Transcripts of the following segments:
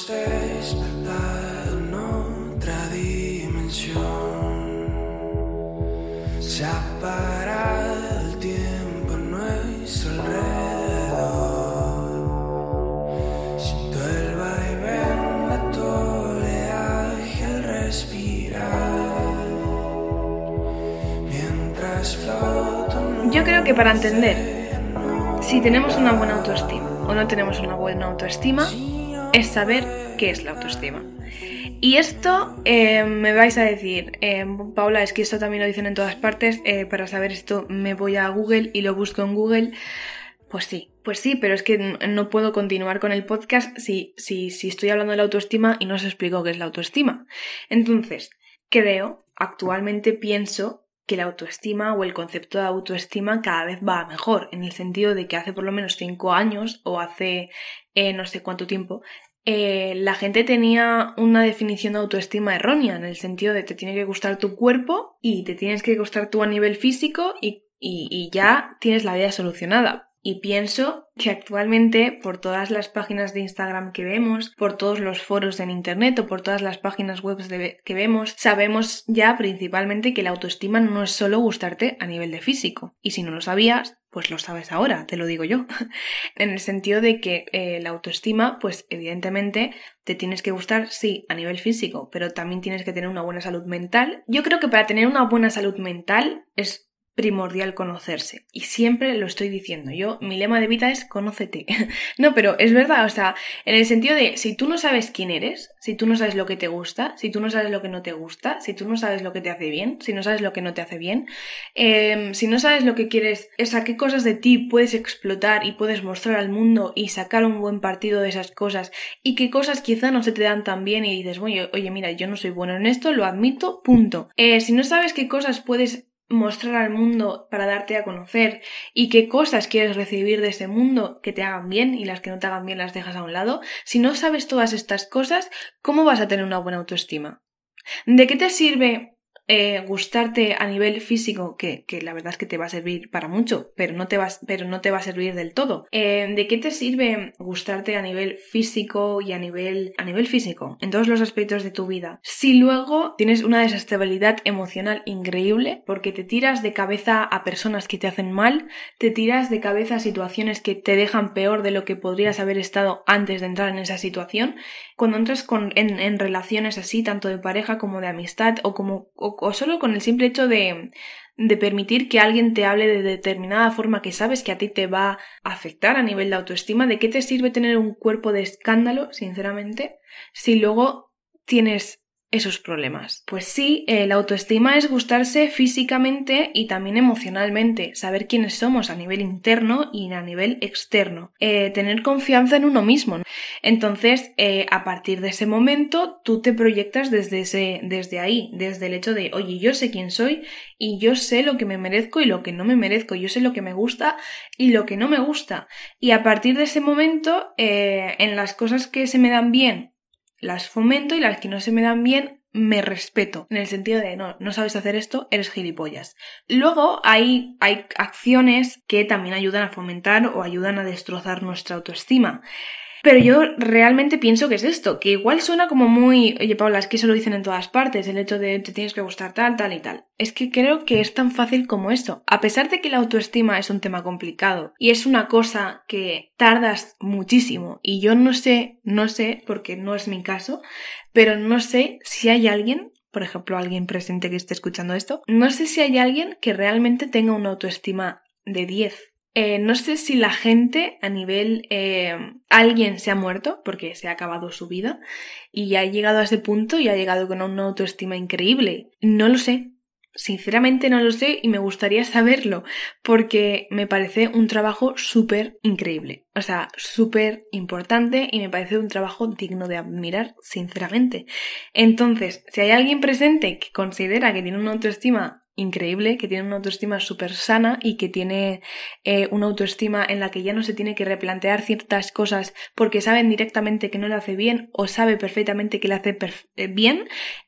despertado en otra dimensión. Se ha parado el tiempo a nuestro alrededor. Siento el vaivén de tu oleaje al respirar. Mientras floto. Yo creo que para entender si tenemos una buena autoestima o no tenemos una buena autoestima es saber qué es la autoestima. Y esto me vais a decir, Paula, es que esto también lo dicen en todas partes, para saber esto me voy a Google y lo busco en Google. Pues sí, pero es que no puedo continuar con el podcast si estoy hablando de la autoestima y no os explico qué es la autoestima. Entonces, actualmente pienso que la autoestima o el concepto de autoestima cada vez va a mejor, en el sentido de que hace por lo menos 5 años o hace no sé cuánto tiempo, la gente tenía una definición de autoestima errónea, en el sentido de te tiene que gustar tu cuerpo y te tienes que gustar tú a nivel físico y ya tienes la vida solucionada. Y pienso que actualmente, por todas las páginas de Instagram que vemos, por todos los foros en internet o por todas las páginas web que vemos, sabemos ya principalmente que la autoestima no es solo gustarte a nivel de físico. Y si no lo sabías, pues lo sabes ahora, te lo digo yo. En el sentido de que la autoestima, pues evidentemente te tienes que gustar, sí, a nivel físico, pero también tienes que tener una buena salud mental. Yo creo que para tener una buena salud mental es primordial conocerse, y siempre lo estoy diciendo. Mi lema de vida es conócete. No, pero es verdad, o sea, en el sentido de si tú no sabes quién eres, si tú no sabes lo que te gusta, si tú no sabes lo que no te gusta, si tú no sabes lo que te hace bien, si no sabes lo que no te hace bien, si no sabes lo que quieres, o sea, qué cosas de ti puedes explotar y puedes mostrar al mundo y sacar un buen partido de esas cosas, y qué cosas quizá no se te dan tan bien y dices, oye, mira, yo no soy bueno en esto, lo admito, punto. Si no sabes qué cosas puedes mostrar al mundo para darte a conocer y qué cosas quieres recibir de ese mundo que te hagan bien y las que no te hagan bien las dejas a un lado, si no sabes todas estas cosas, ¿cómo vas a tener una buena autoestima? ¿De qué te sirve gustarte a nivel físico, que la verdad es que te va a servir para mucho, pero no te va a servir del todo? ¿De qué te sirve gustarte a nivel físico y a nivel físico, en todos los aspectos de tu vida, si luego tienes una desestabilidad emocional increíble porque te tiras de cabeza a personas que te hacen mal, te tiras de cabeza a situaciones que te dejan peor de lo que podrías haber estado antes de entrar en esa situación? Cuando entras en relaciones así, tanto de pareja como de amistad o solo con el simple hecho de permitir que alguien te hable de determinada forma que sabes que a ti te va a afectar a nivel de autoestima, ¿de qué te sirve tener un cuerpo de escándalo, sinceramente, si luego tienes esos problemas? Pues sí, la autoestima es gustarse físicamente y también emocionalmente, saber quiénes somos a nivel interno y a nivel externo, tener confianza en uno mismo, ¿no? Entonces, a partir de ese momento, tú te proyectas desde ahí, desde el hecho de, oye, yo sé quién soy y yo sé lo que me merezco y lo que no me merezco, yo sé lo que me gusta y lo que no me gusta. Y a partir de ese momento, en las cosas que se me dan bien, las fomento, y las que no se me dan bien, me respeto, en el sentido de no sabes hacer esto, eres gilipollas. Luego hay acciones que también ayudan a fomentar o ayudan a destrozar nuestra autoestima. Pero yo realmente pienso que es esto, que igual suena como muy, oye Paula, es que eso lo dicen en todas partes, el hecho de te tienes que gustar tal y tal. Es que creo que es tan fácil como eso. A pesar de que la autoestima es un tema complicado y es una cosa que tardas muchísimo, y yo no sé, porque no es mi caso, pero no sé si hay alguien, por ejemplo alguien presente que esté escuchando esto, no sé si hay alguien que realmente tenga una autoestima de 10. No sé si la gente a nivel... alguien se ha muerto porque se ha acabado su vida y ha llegado a ese punto y ha llegado con una autoestima increíble. No lo sé. Sinceramente no lo sé y me gustaría saberlo porque me parece un trabajo súper increíble. O sea, súper importante y me parece un trabajo digno de admirar, sinceramente. Entonces, si hay alguien presente que considera que tiene una autoestima increíble, que tiene una autoestima súper sana y que tiene una autoestima en la que ya no se tiene que replantear ciertas cosas porque saben directamente que no le hace bien o sabe perfectamente que le hace bien,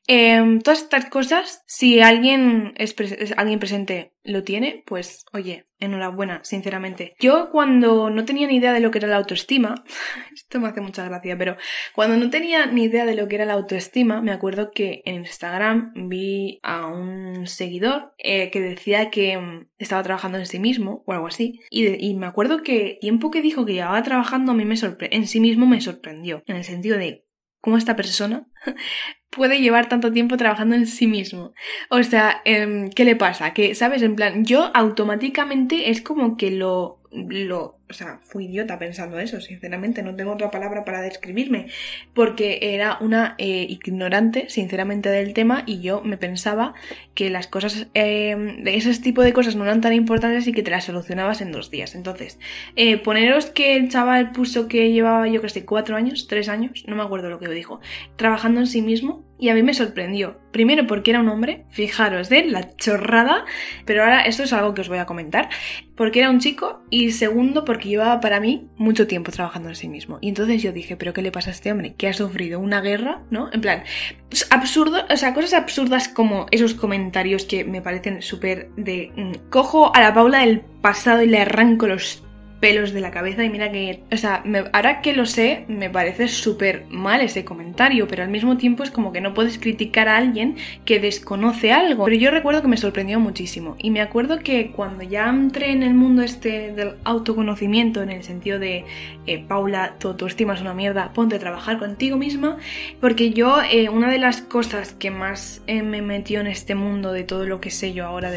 Todas estas cosas, si alguien alguien presente lo tiene, pues oye, enhorabuena, sinceramente. Yo cuando no tenía ni idea de lo que era la autoestima, esto me hace mucha gracia, pero cuando no tenía ni idea de lo que era la autoestima, me acuerdo que en Instagram vi a un seguidor que decía que estaba trabajando en sí mismo o algo así, y me acuerdo que el tiempo que dijo que llevaba trabajando a mí en sí mismo me sorprendió, en el sentido de cómo esta persona puede llevar tanto tiempo trabajando en sí mismo. O sea, ¿qué le pasa? Que, ¿sabes? En plan, yo automáticamente es como que o sea, fui idiota pensando eso, sinceramente, no tengo otra palabra para describirme, porque era una ignorante, sinceramente, del tema, y yo me pensaba que las cosas, de ese tipo de cosas no eran tan importantes y que te las solucionabas en 2 días. Entonces, poneros que el chaval puso que llevaba, yo que sé, 4 años, 3 años, no me acuerdo lo que dijo, trabajando en sí mismo, y a mí me sorprendió. Primero porque era un hombre, fijaros, la chorrada, pero ahora esto es algo que os voy a comentar, porque era un chico, y segundo porque llevaba para mí mucho tiempo trabajando en sí mismo. Y entonces yo dije, ¿pero qué le pasa a este hombre? ¿Que ha sufrido una guerra? ¿No? En plan, absurdo, o sea, cosas absurdas como esos comentarios que me parecen súper de... cojo a la Paula del pasado y le arranco los pelos de la cabeza y mira que... O sea, ahora que lo sé, me parece súper mal ese comentario, pero al mismo tiempo es como que no puedes criticar a alguien que desconoce algo. Pero yo recuerdo que me sorprendió muchísimo y me acuerdo que cuando ya entré en el mundo del autoconocimiento, en el sentido de Paula, tu autoestima es una mierda, ponte a trabajar contigo misma, porque yo, una de las cosas que más me metió en este mundo de todo lo que sé yo ahora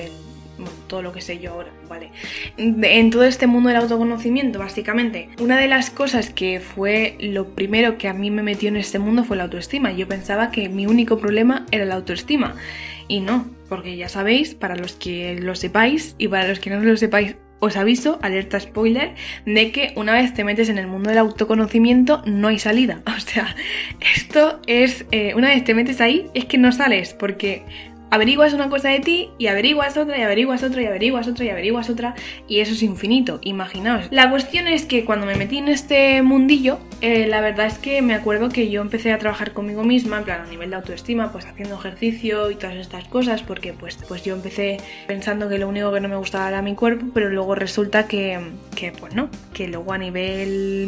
¿vale? En todo este mundo del autoconocimiento, básicamente, una de las cosas que fue lo primero que a mí me metió en este mundo fue la autoestima. Yo pensaba que mi único problema era la autoestima, y no, porque ya sabéis, para los que lo sepáis y para los que no lo sepáis, os aviso, alerta spoiler, de que una vez te metes en el mundo del autoconocimiento no hay salida. O sea, esto es, una vez te metes ahí, es que no sales, porque averiguas una cosa de ti y averiguas otra y averiguas otra y averiguas otra y averiguas otra, y eso es infinito, imaginaos. La cuestión es que cuando me metí en este mundillo, la verdad es que me acuerdo que yo empecé a trabajar conmigo misma, en plan a nivel de autoestima, pues haciendo ejercicio y todas estas cosas, porque pues yo empecé pensando que lo único que no me gustaba era mi cuerpo, pero luego resulta que pues no, que luego a nivel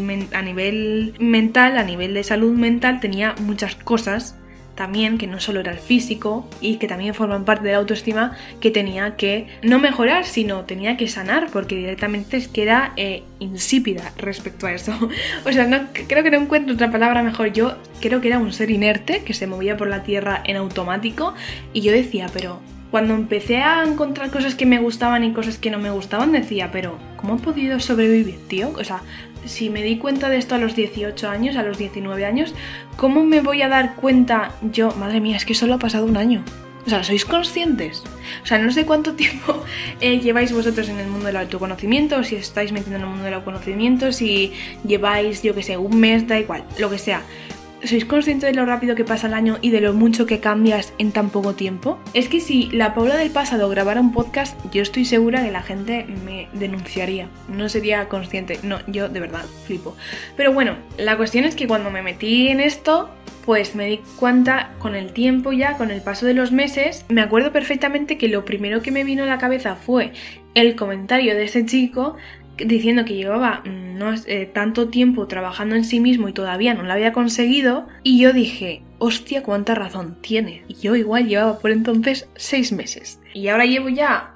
mental, a nivel de salud mental, tenía muchas cosas también, que no solo era el físico y que también forman parte de la autoestima, que tenía que no mejorar, sino tenía que sanar, porque directamente es que era insípida respecto a eso. O sea, creo que no encuentro otra palabra mejor. Yo creo que era un ser inerte que se movía por la tierra en automático, y yo decía, pero cuando empecé a encontrar cosas que me gustaban y cosas que no me gustaban, decía, pero ¿cómo he podido sobrevivir, tío? O sea, si me di cuenta de esto a los 18 años, a los 19 años, ¿cómo me voy a dar cuenta yo? Madre mía, es que solo ha pasado un año. O sea, ¿sois conscientes? O sea, no sé cuánto tiempo lleváis vosotros en el mundo del autoconocimiento, o si estáis metiendo en el mundo del autoconocimiento, si lleváis, yo que sé, un mes, da igual, lo que sea. ¿Sois conscientes de lo rápido que pasa el año y de lo mucho que cambias en tan poco tiempo? Es que si la Paula del pasado grabara un podcast, yo estoy segura que la gente me denunciaría. No sería consciente. No, yo de verdad flipo. Pero bueno, la cuestión es que cuando me metí en esto, pues me di cuenta con el tiempo ya, con el paso de los meses, me acuerdo perfectamente que lo primero que me vino a la cabeza fue el comentario de ese chico diciendo que llevaba tanto tiempo trabajando en sí mismo y todavía no lo había conseguido, y yo dije, hostia, cuánta razón tiene. Y yo igual llevaba por entonces 6 meses. Y ahora llevo ya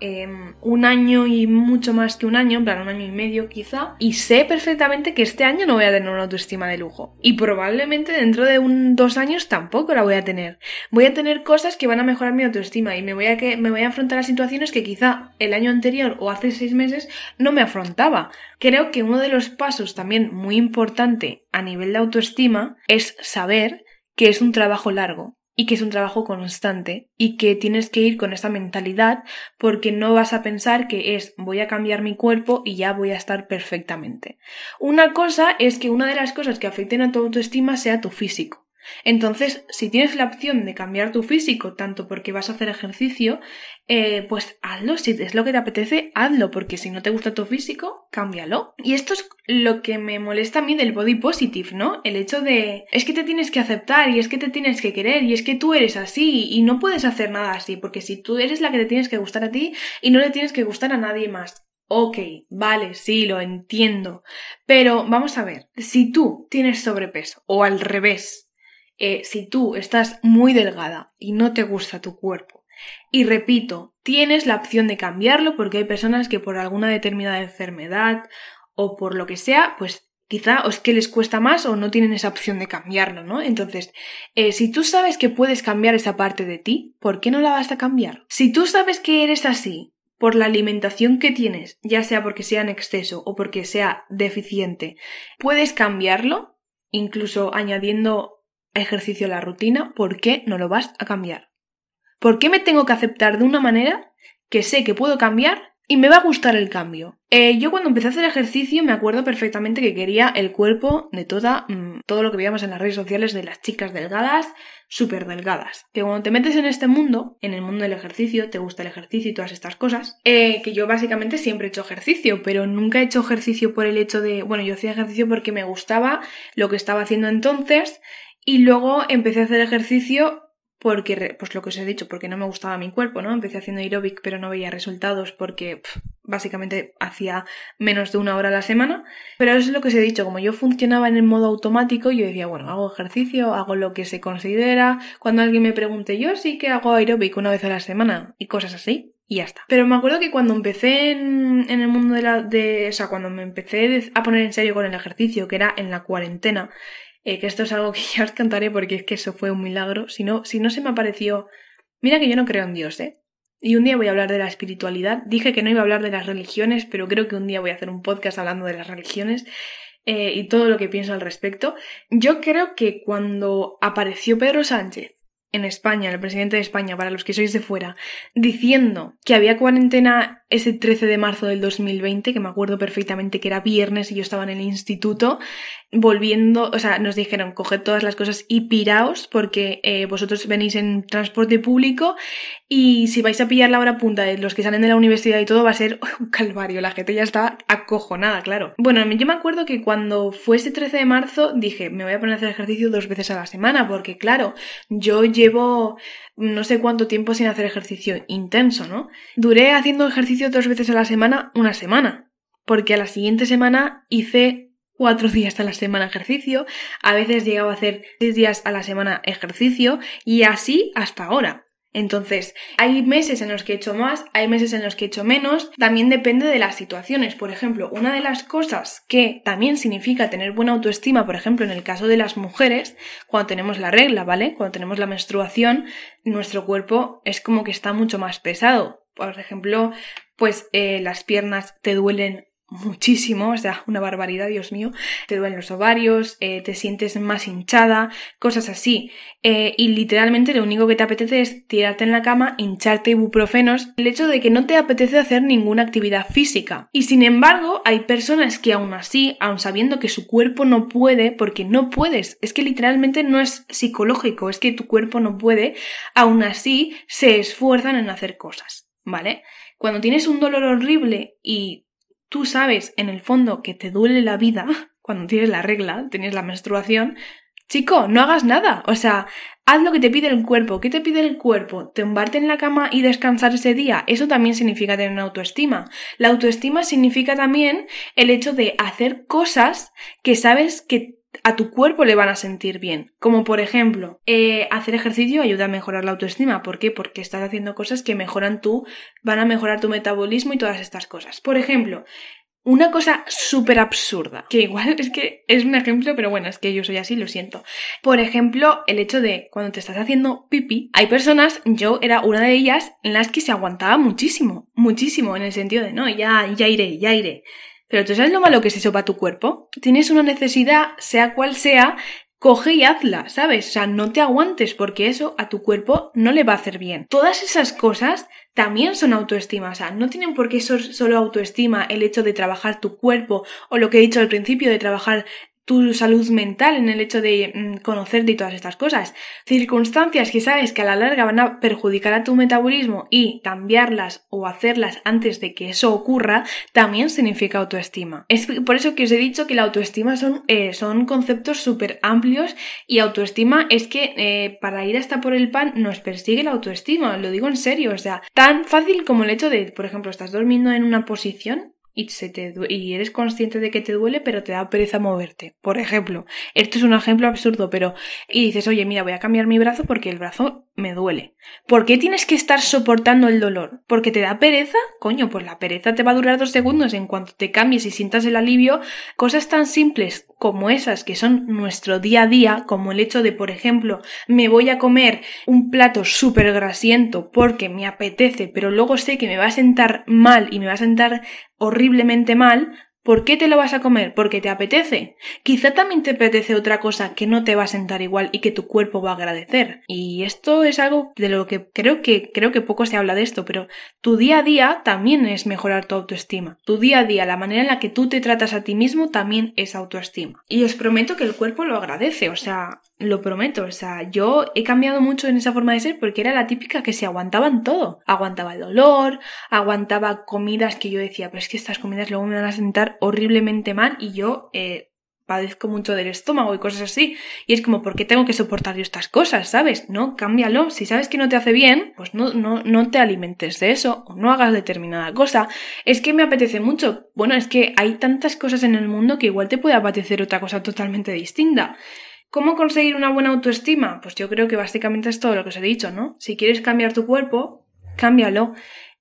1 año y mucho más que 1 año, en plan 1 año y medio quizá, y sé perfectamente que este año no voy a tener una autoestima de lujo. Y probablemente dentro de 2 años tampoco la voy a tener. Voy a tener cosas que van a mejorar mi autoestima y me voy a enfrentar a situaciones que quizá el año anterior o hace 6 meses no me afrontaba. Creo que uno de los pasos también muy importante a nivel de autoestima es saber que es un trabajo largo y que es un trabajo constante y que tienes que ir con esa mentalidad, porque no vas a pensar que voy a cambiar mi cuerpo y ya voy a estar perfectamente. Una cosa es que una de las cosas que afecten a tu autoestima sea tu físico. Entonces, si tienes la opción de cambiar tu físico, tanto porque vas a hacer ejercicio, pues hazlo. Si es lo que te apetece, hazlo, porque si no te gusta tu físico, cámbialo. Y esto es lo que me molesta a mí del body positive, ¿no? El hecho de, es que te tienes que aceptar y es que te tienes que querer y es que tú eres así y no puedes hacer nada así, porque si tú eres la que te tienes que gustar a ti y no le tienes que gustar a nadie más. Ok, vale, sí, lo entiendo, pero vamos a ver, si tú tienes sobrepeso o al revés, si tú estás muy delgada y no te gusta tu cuerpo, y repito, tienes la opción de cambiarlo porque hay personas que por alguna determinada enfermedad o por lo que sea, pues quizá o es que les cuesta más o no tienen esa opción de cambiarlo, ¿no? Entonces, si tú sabes que puedes cambiar esa parte de ti, ¿por qué no la vas a cambiar? Si tú sabes que eres así, por la alimentación que tienes, ya sea porque sea en exceso o porque sea deficiente, puedes cambiarlo, incluso añadiendo ejercicio a la rutina, ¿por qué no lo vas a cambiar? ¿Por qué me tengo que aceptar de una manera que sé que puedo cambiar y me va a gustar el cambio? Yo cuando empecé a hacer ejercicio me acuerdo perfectamente que quería el cuerpo de todo lo que veíamos en las redes sociales de las chicas delgadas, súper delgadas. Que cuando te metes en este mundo, en el mundo del ejercicio, te gusta el ejercicio y todas estas cosas, que yo básicamente siempre he hecho ejercicio, pero nunca he hecho ejercicio por el hecho de, bueno, yo hacía ejercicio porque me gustaba lo que estaba haciendo entonces y luego empecé a hacer ejercicio porque, pues lo que os he dicho, porque no me gustaba mi cuerpo, ¿no? Empecé haciendo aeróbic pero no veía resultados porque básicamente hacía menos de 1 hora a la semana. Pero eso es lo que os he dicho, como yo funcionaba en el modo automático, yo decía, bueno, hago ejercicio, hago lo que se considera. Cuando alguien me pregunte, yo sí que hago aeróbic 1 vez a la semana y cosas así. Y ya está. Pero me acuerdo que cuando empecé en el mundo o sea, cuando me empecé a poner en serio con el ejercicio, que era en la cuarentena, que esto es algo que ya os contaré porque es que eso fue un milagro. Si no se me apareció... Mira que yo no creo en Dios, ¿eh? Y un día voy a hablar de la espiritualidad. Dije que no iba a hablar de las religiones, pero creo que un día voy a hacer un podcast hablando de las religiones y todo lo que pienso al respecto. Yo creo que cuando apareció Pedro Sánchez en España, el presidente de España, para los que sois de fuera, diciendo que había cuarentena ese 13 de marzo del 2020, que me acuerdo perfectamente que era viernes y yo estaba en el instituto, volviendo, o sea, nos dijeron, coged todas las cosas y piraos porque vosotros venís en transporte público y si vais a pillar la hora punta de los que salen de la universidad y todo va a ser un calvario, la gente ya está acojonada, claro. Bueno, yo me acuerdo que cuando fue ese 13 de marzo dije, me voy a poner a hacer ejercicio 2 veces a la semana porque claro, yo llevo no sé cuánto tiempo sin hacer ejercicio intenso, ¿no? Duré haciendo ejercicio 2 veces a la semana, 1 semana, porque a la siguiente semana hice 4 días a la semana ejercicio, a veces llegaba a hacer 6 días a la semana ejercicio y así hasta ahora. Entonces, hay meses en los que he hecho más, hay meses en los que he hecho menos, también depende de las situaciones. Por ejemplo, una de las cosas que también significa tener buena autoestima, por ejemplo, en el caso de las mujeres, cuando tenemos la regla, ¿vale? Cuando tenemos la menstruación, nuestro cuerpo es como que está mucho más pesado. Por ejemplo, pues las piernas te duelen muchísimo, o sea, una barbaridad, Dios mío, te duelen los ovarios, te sientes más hinchada, cosas así, y literalmente lo único que te apetece es tirarte en la cama, hincharte ibuprofenos, el hecho de que no te apetece hacer ninguna actividad física. Y sin embargo, hay personas que aún así, aun sabiendo que su cuerpo no puede, porque no puedes, es que literalmente no es psicológico, es que tu cuerpo no puede, aún así se esfuerzan en hacer cosas, ¿vale? Cuando tienes un dolor horrible y tú sabes en el fondo que te duele la vida cuando tienes la regla, tienes la menstruación, chico, no hagas nada. O sea, haz lo que te pide el cuerpo. ¿Qué te pide el cuerpo? ¿Tumbarte en la cama y descansar ese día? Eso también significa tener autoestima. La autoestima significa también el hecho de hacer cosas que sabes que a tu cuerpo le van a sentir bien. Como por ejemplo, hacer ejercicio ayuda a mejorar la autoestima. ¿Por qué? Porque estás haciendo cosas que van a mejorar tu metabolismo y todas estas cosas. Por ejemplo, una cosa súper absurda, que igual es que es un ejemplo, pero bueno, es que yo soy así, lo siento. Por ejemplo, el hecho de cuando te estás haciendo pipí, hay personas, yo era una de ellas, en las que se aguantaba muchísimo, en el sentido de no, ya iré. Pero ¿tú sabes lo malo que es eso para tu cuerpo? Tienes una necesidad, sea cual sea, coge y hazla, ¿sabes? O sea, no te aguantes porque eso a tu cuerpo no le va a hacer bien. Todas esas cosas también son autoestima, o sea, no tienen por qué ser solo autoestima el hecho de trabajar tu cuerpo o lo que he dicho al principio de trabajar tu salud mental en el hecho de conocerte y todas estas cosas. Circunstancias que sabes que a la larga van a perjudicar a tu metabolismo y cambiarlas o hacerlas antes de que eso ocurra, también significa autoestima. Es por eso que os he dicho que la autoestima son conceptos súper amplios, y autoestima es que para ir hasta por el pan nos persigue la autoestima, lo digo en serio, o sea, tan fácil como el hecho de, por ejemplo, estás durmiendo en una posición y eres consciente de que te duele, pero te da pereza moverte. Por ejemplo, esto es un ejemplo absurdo, y dices, oye, mira, voy a cambiar mi brazo porque el brazo me duele. ¿Por qué tienes que estar soportando el dolor? ¿Porque te da pereza? Coño, pues la pereza te va a durar 2 segundos en cuanto te cambies y sientas el alivio. Cosas tan simples como esas que son nuestro día a día, como el hecho de, por ejemplo, me voy a comer un plato súper grasiento porque me apetece, pero luego sé que me va a sentar mal y me va a sentar horriblemente mal. ¿Por qué te lo vas a comer? ¿Porque te apetece? Quizá también te apetece otra cosa que no te va a sentar igual y que tu cuerpo va a agradecer. Y esto es algo de lo que creo que poco se habla de esto, pero tu día a día también es mejorar tu autoestima. Tu día a día, la manera en la que tú te tratas a ti mismo también es autoestima. Y os prometo que el cuerpo lo agradece, o sea, lo prometo. O sea, yo he cambiado mucho en esa forma de ser porque era la típica que se aguantaban todo. Aguantaba el dolor, aguantaba comidas que yo decía, pero es que estas comidas luego me van a sentar horriblemente mal y yo padezco mucho del estómago y cosas así. Y es como, ¿por qué tengo que soportar yo estas cosas? ¿Sabes? No, cámbialo. Si sabes que no te hace bien, pues no te alimentes de eso o no hagas determinada cosa. Es que me apetece mucho. Bueno, es que hay tantas cosas en el mundo que igual te puede apetecer otra cosa totalmente distinta. ¿Cómo conseguir una buena autoestima? Pues yo creo que básicamente es todo lo que os he dicho, ¿no? Si quieres cambiar tu cuerpo, cámbialo.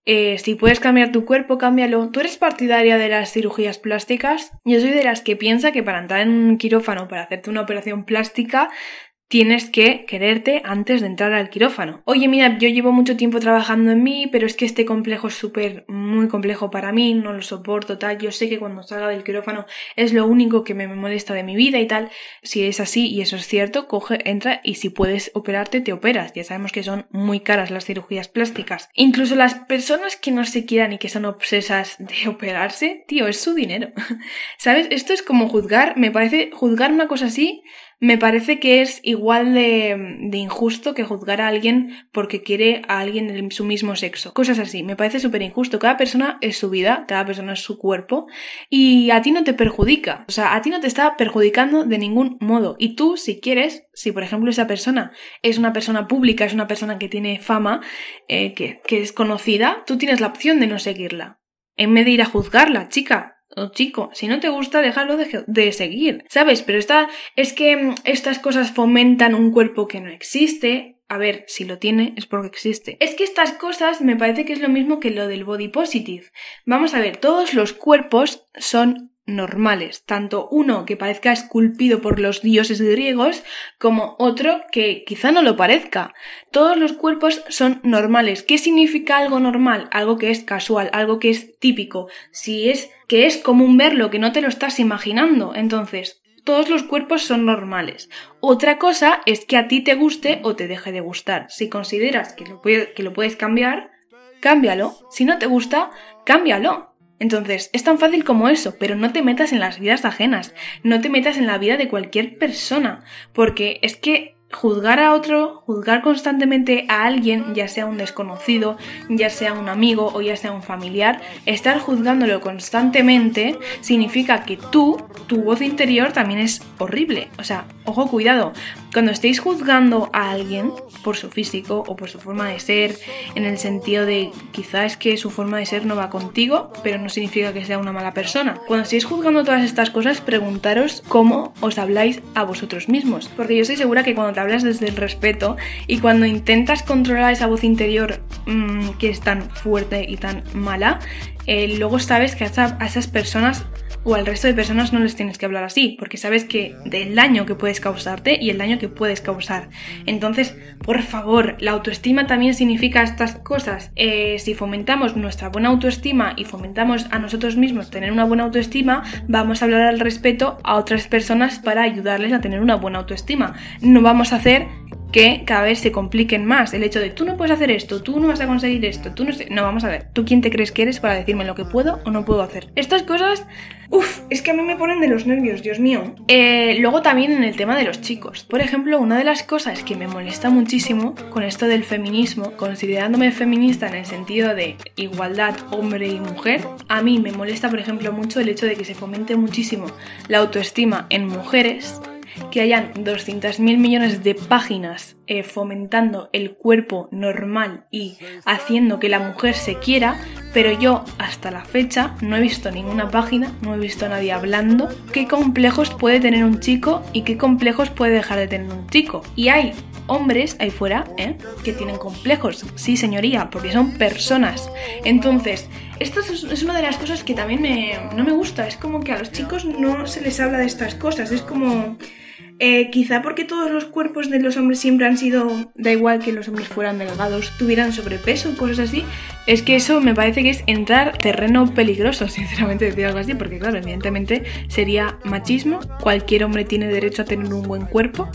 Si puedes cambiar tu cuerpo, cámbialo. ¿Tú eres partidaria de las cirugías plásticas? Yo soy de las que piensa que para entrar en un quirófano, para hacerte una operación plástica, tienes que quererte antes de entrar al quirófano. Oye, mira, yo llevo mucho tiempo trabajando en mí, pero es que este complejo es muy complejo para mí, no lo soporto, tal. Yo sé que cuando salga del quirófano es lo único que me molesta de mi vida y tal. Si es así y eso es cierto, entra y si puedes operarte, te operas. Ya sabemos que son muy caras las cirugías plásticas. Incluso las personas que no se quieran y que son obsesas de operarse, tío, es su dinero. ¿Sabes? Esto es como juzgar, me parece, juzgar una cosa así. Me parece que es igual de injusto que juzgar a alguien porque quiere a alguien de su mismo sexo. Cosas así, me parece súper injusto. Cada persona es su vida, cada persona es su cuerpo y a ti no te perjudica. O sea, a ti no te está perjudicando de ningún modo. Y tú, si quieres, si por ejemplo esa persona es una persona pública, es una persona que tiene fama, que es conocida, tú tienes la opción de no seguirla. En vez de ir a juzgarla, chica o chico, si no te gusta, déjalo de seguir, ¿sabes? Pero es que estas cosas fomentan un cuerpo que no existe. A ver, si lo tiene es porque existe. Es que estas cosas me parece que es lo mismo que lo del body positive. Vamos a ver, todos los cuerpos son normales, tanto uno que parezca esculpido por los dioses griegos como otro que quizá no lo parezca. Todos los cuerpos son normales. ¿Qué significa algo normal? Algo que es casual, algo que es típico. Si es que es común verlo, que no te lo estás imaginando. Entonces, todos los cuerpos son normales. Otra cosa es que a ti te guste o te deje de gustar. Si consideras que lo puedes cambiar, cámbialo. Si no te gusta, cámbialo. Entonces, es tan fácil como eso, pero no te metas en las vidas ajenas, no te metas en la vida de cualquier persona, porque es que juzgar a otro, juzgar constantemente a alguien, ya sea un desconocido, ya sea un amigo o ya sea un familiar, estar juzgándolo constantemente significa que tu voz interior también es horrible. O sea, ojo, cuidado, cuando estéis juzgando a alguien por su físico o por su forma de ser, en el sentido de quizá es que su forma de ser no va contigo, pero no significa que sea una mala persona. Cuando estéis juzgando todas estas cosas, preguntaros cómo os habláis a vosotros mismos, porque yo estoy segura que cuando te hablas desde el respeto y cuando intentas controlar esa voz interior que es tan fuerte y tan mala, luego sabes que a esas personas o al resto de personas no les tienes que hablar así, porque sabes que del daño que puedes causarte y el daño que puedes causar. Entonces, por favor, la autoestima también significa estas cosas. Si fomentamos nuestra buena autoestima y fomentamos a nosotros mismos tener una buena autoestima, vamos a hablar al respeto a otras personas para ayudarles a tener una buena autoestima. No vamos a hacer que cada vez se compliquen más. El hecho de tú no puedes hacer esto, tú no vas a conseguir esto, tú no sé... No, vamos a ver, ¿tú quién te crees que eres para decirme lo que puedo o no puedo hacer? Estas cosas, es que a mí me ponen de los nervios, Dios mío. Luego también en el tema de los chicos. Por ejemplo, una de las cosas que me molesta muchísimo con esto del feminismo, considerándome feminista en el sentido de igualdad hombre y mujer, a mí me molesta, por ejemplo, mucho el hecho de que se fomente muchísimo la autoestima en mujeres, que hayan 200.000 millones de páginas fomentando el cuerpo normal y haciendo que la mujer se quiera, pero yo hasta la fecha no he visto ninguna página, no he visto a nadie hablando qué complejos puede tener un chico y qué complejos puede dejar de tener un chico. Y hay hombres ahí fuera que tienen complejos, sí señoría, porque son personas. Entonces, esto es una de las cosas que también no me gusta. Es como que a los chicos no se les habla de estas cosas. Es como... quizá porque todos los cuerpos de los hombres siempre han sido, da igual que los hombres fueran delgados, tuvieran sobrepeso, cosas así. Es que eso me parece que es entrar terreno peligroso, sinceramente, decir algo así, porque claro, evidentemente sería machismo. Cualquier hombre tiene derecho a tener un buen cuerpo.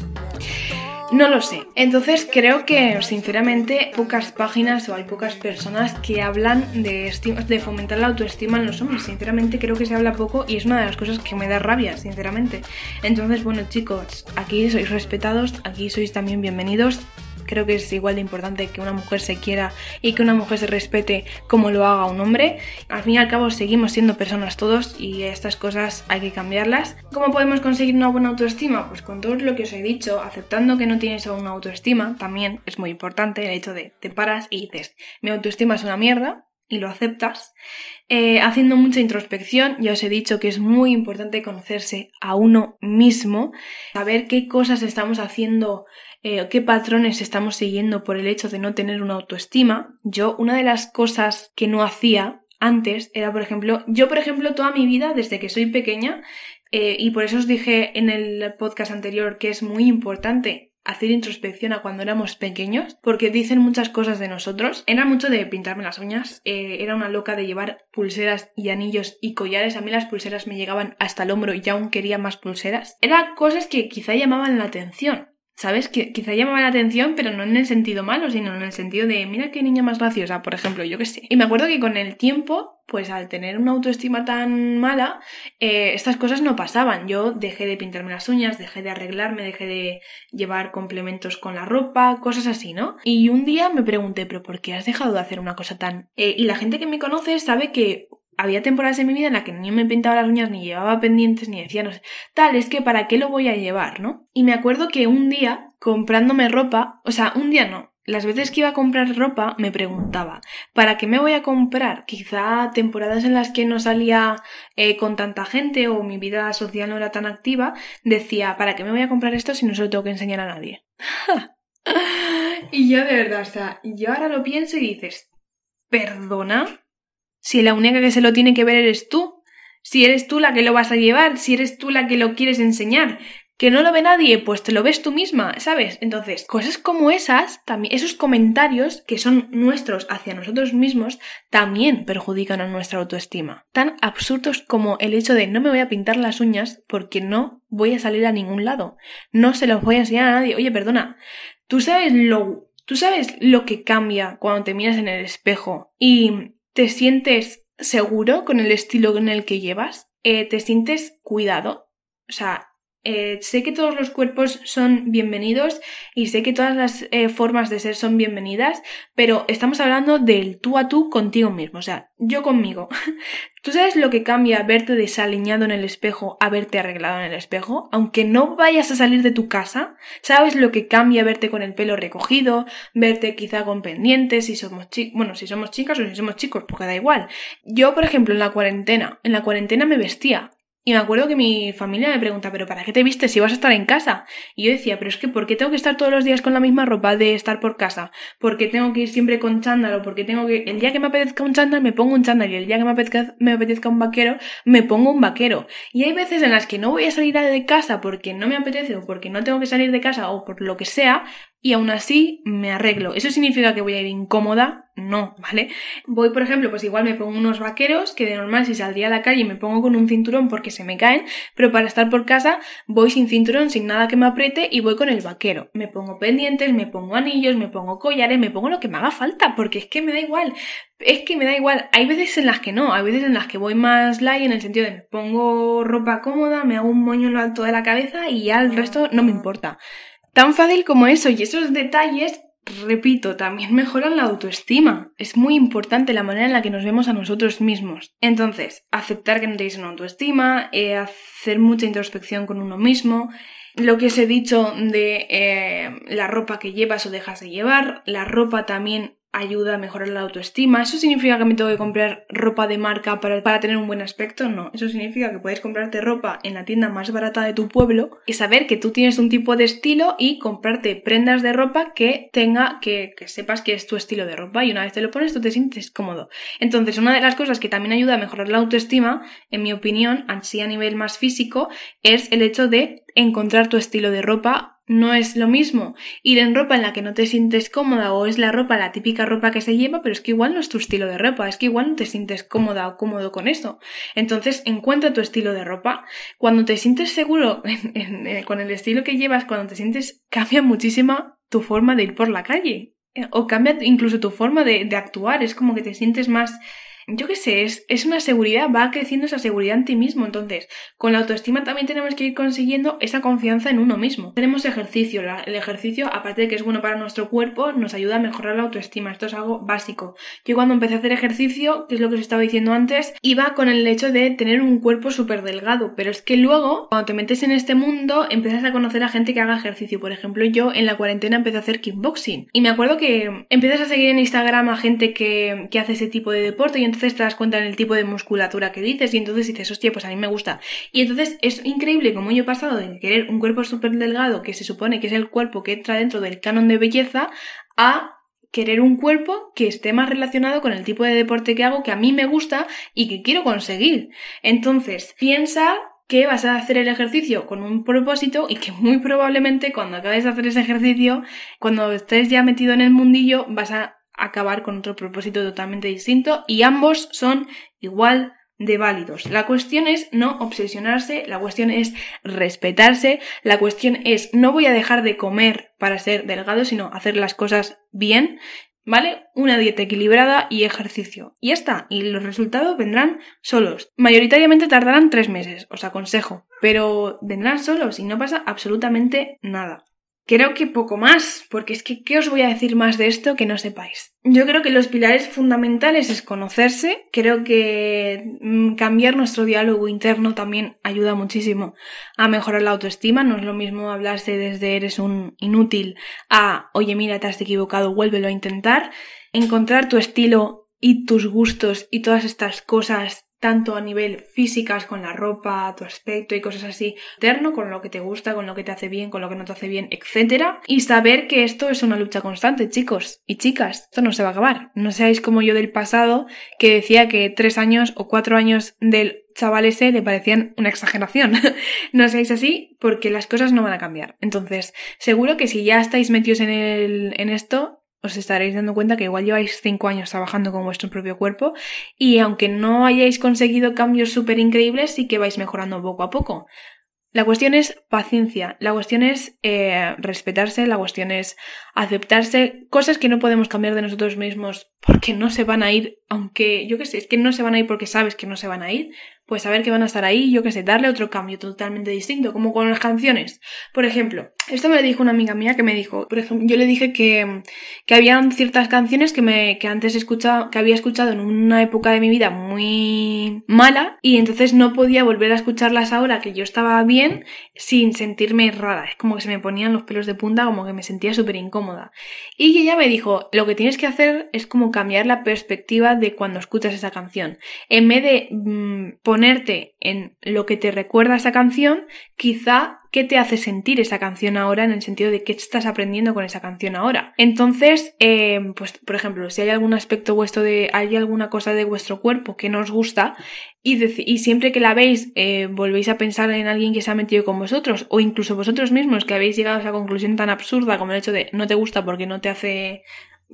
No lo sé. Entonces creo que, sinceramente, pocas páginas o hay pocas personas que hablan de fomentar la autoestima en los hombres. Sinceramente creo que se habla poco y es una de las cosas que me da rabia, sinceramente. Entonces, bueno, chicos, aquí sois respetados, aquí sois también bienvenidos. Creo que es igual de importante que una mujer se quiera y que una mujer se respete como lo haga un hombre. Al fin y al cabo seguimos siendo personas todos y estas cosas hay que cambiarlas. ¿Cómo podemos conseguir una buena autoestima? Pues con todo lo que os he dicho, aceptando que no tienes una autoestima, también es muy importante el hecho de te paras y dices, mi autoestima es una mierda, y lo aceptas. Haciendo mucha introspección, ya os he dicho que es muy importante conocerse a uno mismo, saber qué cosas estamos haciendo, qué patrones estamos siguiendo por el hecho de no tener una autoestima. Yo, una de las cosas que no hacía antes era, por ejemplo, toda mi vida, desde que soy pequeña, y por eso os dije en el podcast anterior que es muy importante hacer introspección a cuando éramos pequeños, porque dicen muchas cosas de nosotros. Era mucho de pintarme las uñas, era una loca de llevar pulseras y anillos y collares. A mí las pulseras me llegaban hasta el hombro y aún quería más pulseras. Eran cosas que quizá llamaban la atención, ¿sabes? Que quizá llamaban la atención, pero no en el sentido malo, sino en el sentido de mira qué niña más graciosa, por ejemplo, yo qué sé. Y me acuerdo que con el tiempo, pues al tener una autoestima tan mala, estas cosas no pasaban. Yo dejé de pintarme las uñas, dejé de arreglarme, dejé de llevar complementos con la ropa, cosas así, ¿no? Y un día me pregunté, ¿pero por qué has dejado de hacer una cosa tan...? Y la gente que me conoce sabe que había temporadas en mi vida en las que ni me pintaba las uñas, ni llevaba pendientes, ni decía, no sé, tal, es que ¿para qué lo voy a llevar, no? Y me acuerdo que un día, comprándome ropa, o sea, un día no, las veces que iba a comprar ropa me preguntaba, ¿para qué me voy a comprar? Quizá temporadas en las que no salía con tanta gente o mi vida social no era tan activa, decía, ¿para qué me voy a comprar esto si no se lo tengo que enseñar a nadie? Y yo de verdad, o sea, yo ahora lo pienso y dices, ¿perdona? Si la única que se lo tiene que ver eres tú, si eres tú la que lo vas a llevar, si eres tú la que lo quieres enseñar, que no lo ve nadie, pues te lo ves tú misma, ¿sabes? Entonces, cosas como esas, también, esos comentarios que son nuestros hacia nosotros mismos, también perjudican a nuestra autoestima. Tan absurdos como el hecho de no me voy a pintar las uñas porque no voy a salir a ningún lado, no se los voy a enseñar a nadie. Oye, perdona, ¿tú sabes lo que cambia cuando te miras en el espejo y te sientes seguro con el estilo en el que llevas? ¿Te sientes cuidado? O sea, sé que todos los cuerpos son bienvenidos y sé que todas las formas de ser son bienvenidas, pero estamos hablando del tú a tú contigo mismo, o sea, yo conmigo. ¿Tú sabes lo que cambia verte desaliñado en el espejo a verte arreglado en el espejo? Aunque no vayas a salir de tu casa, ¿sabes lo que cambia verte con el pelo recogido, verte quizá con pendientes, si somos chicas o si somos chicos, porque da igual? Yo, por ejemplo, en la cuarentena me vestía. Y me acuerdo que mi familia me pregunta, ¿pero para qué te vistes si vas a estar en casa? Y yo decía, pero es que ¿por qué tengo que estar todos los días con la misma ropa de estar por casa? ¿Por qué tengo que ir siempre con chándal? ¿O por qué tengo que...? El día que me apetezca un chándal me pongo un chándal y el día que me apetezca un vaquero me pongo un vaquero. Y hay veces en las que no voy a salir de casa porque no me apetece o porque no tengo que salir de casa o por lo que sea, y aún así me arreglo. ¿Eso significa que voy a ir incómoda? No, ¿vale? Voy, por ejemplo, pues igual me pongo unos vaqueros, que de normal si saldría a la calle me pongo con un cinturón porque se me caen, pero para estar por casa voy sin cinturón, sin nada que me apriete y voy con el vaquero. Me pongo pendientes, me pongo anillos, me pongo collares, me pongo lo que me haga falta, porque es que me da igual. Es que me da igual. Hay veces en las que no, hay veces en las que voy más light en el sentido de me pongo ropa cómoda, me hago un moño en lo alto de la cabeza y ya el resto no me importa. Tan fácil como eso, y esos detalles, repito, también mejoran la autoestima. Es muy importante la manera en la que nos vemos a nosotros mismos. Entonces, aceptar que no tenéis una autoestima, hacer mucha introspección con uno mismo, lo que os he dicho de la ropa que llevas o dejas de llevar, la ropa también ayuda a mejorar la autoestima. ¿Eso significa que me tengo que comprar ropa de marca para tener un buen aspecto? No, eso significa que puedes comprarte ropa en la tienda más barata de tu pueblo y saber que tú tienes un tipo de estilo y comprarte prendas de ropa que sepas que es tu estilo de ropa, y una vez te lo pones tú te sientes cómodo. Entonces, una de las cosas que también ayuda a mejorar la autoestima, en mi opinión, así a nivel más físico, es el hecho de encontrar tu estilo de ropa. No es lo mismo ir en ropa en la que no te sientes cómoda o es la típica ropa que se lleva, pero es que igual no es tu estilo de ropa, es que igual no te sientes cómoda o cómodo con eso. Entonces, encuentra tu estilo de ropa. Cuando te sientes seguro con el estilo que llevas, cambia muchísimo tu forma de ir por la calle. O cambia incluso tu forma de actuar, es como que te sientes más... Yo qué sé, es una seguridad, va creciendo esa seguridad en ti mismo. Entonces, con la autoestima también tenemos que ir consiguiendo esa confianza en uno mismo. Tenemos ejercicio, el ejercicio, aparte de que es bueno para nuestro cuerpo, nos ayuda a mejorar la autoestima. Esto es algo básico. Yo cuando empecé a hacer ejercicio, que es lo que os estaba diciendo antes, iba con el hecho de tener un cuerpo súper delgado, pero es que luego, cuando te metes en este mundo, empiezas a conocer a gente que haga ejercicio. Por ejemplo, yo en la cuarentena empecé a hacer kickboxing, y me acuerdo que empiezas a seguir en Instagram a gente que hace ese tipo de deporte, y entonces te das cuenta en el tipo de musculatura que dices y entonces dices, hostia, pues a mí me gusta. Y entonces es increíble cómo yo he pasado de querer un cuerpo súper delgado, que se supone que es el cuerpo que entra dentro del canon de belleza, a querer un cuerpo que esté más relacionado con el tipo de deporte que hago, que a mí me gusta y que quiero conseguir. Entonces, piensa que vas a hacer el ejercicio con un propósito y que muy probablemente cuando acabes de hacer ese ejercicio, cuando estés ya metido en el mundillo, vas a acabar con otro propósito totalmente distinto, y ambos son igual de válidos. La cuestión es no obsesionarse, la cuestión es respetarse, la cuestión es no voy a dejar de comer para ser delgado, sino hacer las cosas bien, ¿vale? Una dieta equilibrada y ejercicio. Y ya está, y los resultados vendrán solos. Mayoritariamente tardarán 3 meses, os aconsejo, pero vendrán solos y no pasa absolutamente nada. Creo que poco más, porque es que ¿qué os voy a decir más de esto que no sepáis? Yo creo que los pilares fundamentales es conocerse, creo que cambiar nuestro diálogo interno también ayuda muchísimo a mejorar la autoestima. No es lo mismo hablarse desde eres un inútil a oye mira te has equivocado, vuélvelo a intentar. Encontrar tu estilo y tus gustos y todas estas cosas tanto a nivel físicas, con la ropa, tu aspecto y cosas así, interno, con lo que te gusta, con lo que te hace bien, con lo que no te hace bien, etc. Y saber que esto es una lucha constante, chicos y chicas, esto no se va a acabar. No seáis como yo del pasado, que decía que 3 años o 4 años del chaval ese le parecían una exageración. No seáis así, porque las cosas no van a cambiar. Entonces, seguro que si ya estáis metidos en esto, os estaréis dando cuenta que igual lleváis 5 años trabajando con vuestro propio cuerpo y aunque no hayáis conseguido cambios súper increíbles, sí que vais mejorando poco a poco. La cuestión es paciencia, la cuestión es respetarse, la cuestión es aceptarse, cosas que no podemos cambiar de nosotros mismos porque no se van a ir, aunque yo qué sé, es que no se van a ir porque sabes que no se van a ir, pues saber que van a estar ahí, yo qué sé, darle otro cambio totalmente distinto, como con las canciones. Por ejemplo, esto me lo dijo una amiga mía que me dijo, por ejemplo, yo le dije que habían ciertas canciones que antes que había escuchado en una época de mi vida muy mala y entonces no podía volver a escucharlas ahora que yo estaba bien sin sentirme rara. Es como que se me ponían los pelos de punta, como que me sentía súper incómoda. Y ella me dijo, lo que tienes que hacer es como cambiar la perspectiva de cuando escuchas esa canción. En vez de poner ponerte en lo que te recuerda esa canción, quizá qué te hace sentir esa canción ahora, en el sentido de qué estás aprendiendo con esa canción ahora. Entonces, pues por ejemplo, si hay algún aspecto vuestro hay alguna cosa de vuestro cuerpo que no os gusta y siempre que la veis volvéis a pensar en alguien que se ha metido con vosotros, o incluso vosotros mismos que habéis llegado a esa conclusión tan absurda como el hecho de no te gusta porque no te hace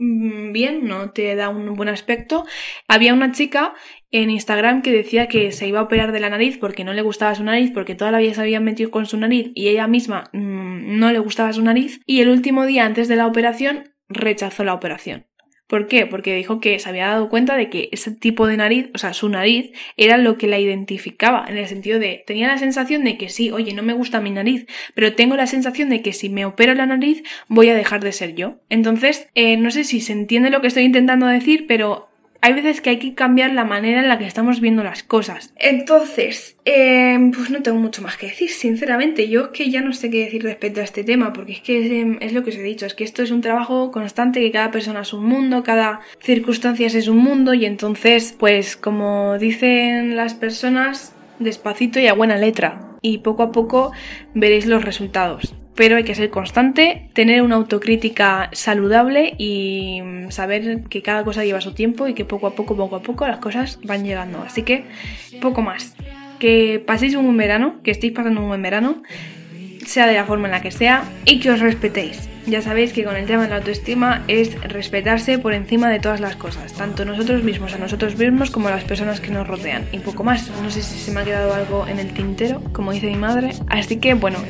bien, no te da un buen aspecto. Había una chica en Instagram que decía que se iba a operar de la nariz porque no le gustaba su nariz, porque toda la vida se había metido con su nariz y ella misma no le gustaba su nariz, y el último día antes de la operación rechazó la operación. ¿Por qué? Porque dijo que se había dado cuenta de que ese tipo de nariz, o sea, su nariz, era lo que la identificaba, en el sentido de, tenía la sensación de que sí, oye, no me gusta mi nariz, pero tengo la sensación de que si me opero la nariz voy a dejar de ser yo. Entonces, no sé si se entiende lo que estoy intentando decir, pero hay veces que hay que cambiar la manera en la que estamos viendo las cosas. Entonces, pues no tengo mucho más que decir, sinceramente. Yo es que ya no sé qué decir respecto a este tema, porque es que es lo que os he dicho, es que esto es un trabajo constante, que cada persona es un mundo, cada circunstancia es un mundo, y entonces, pues como dicen las personas, despacito y a buena letra, y poco a poco veréis los resultados. Pero hay que ser constante, tener una autocrítica saludable y saber que cada cosa lleva su tiempo y que poco a poco las cosas van llegando. Así que, poco más. Que paséis un buen verano, que estéis pasando un buen verano, sea de la forma en la que sea, y que os respetéis. Ya sabéis que con el tema de la autoestima es respetarse por encima de todas las cosas, tanto nosotros mismos a nosotros mismos como a las personas que nos rodean, y poco más. No sé si se me ha quedado algo en el tintero, como dice mi madre. Así que bueno,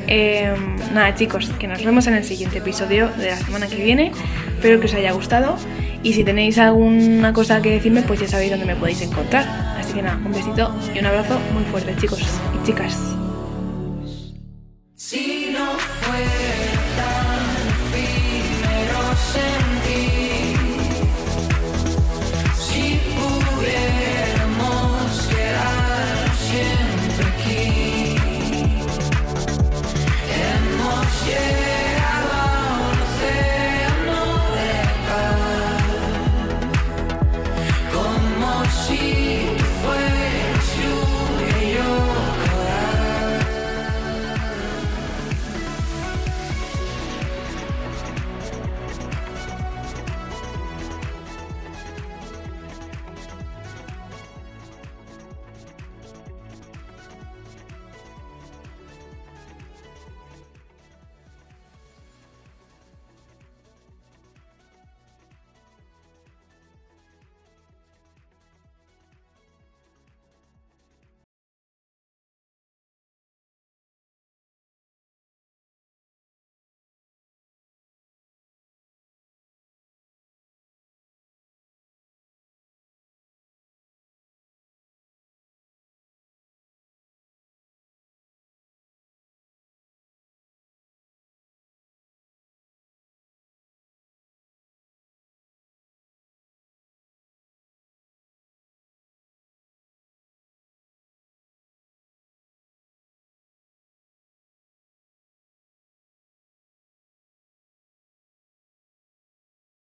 nada chicos, que nos vemos en el siguiente episodio de la semana que viene. Espero que os haya gustado, y si tenéis alguna cosa que decirme, pues ya sabéis dónde me podéis encontrar. Así que nada, un besito y un abrazo muy fuerte, chicos y chicas.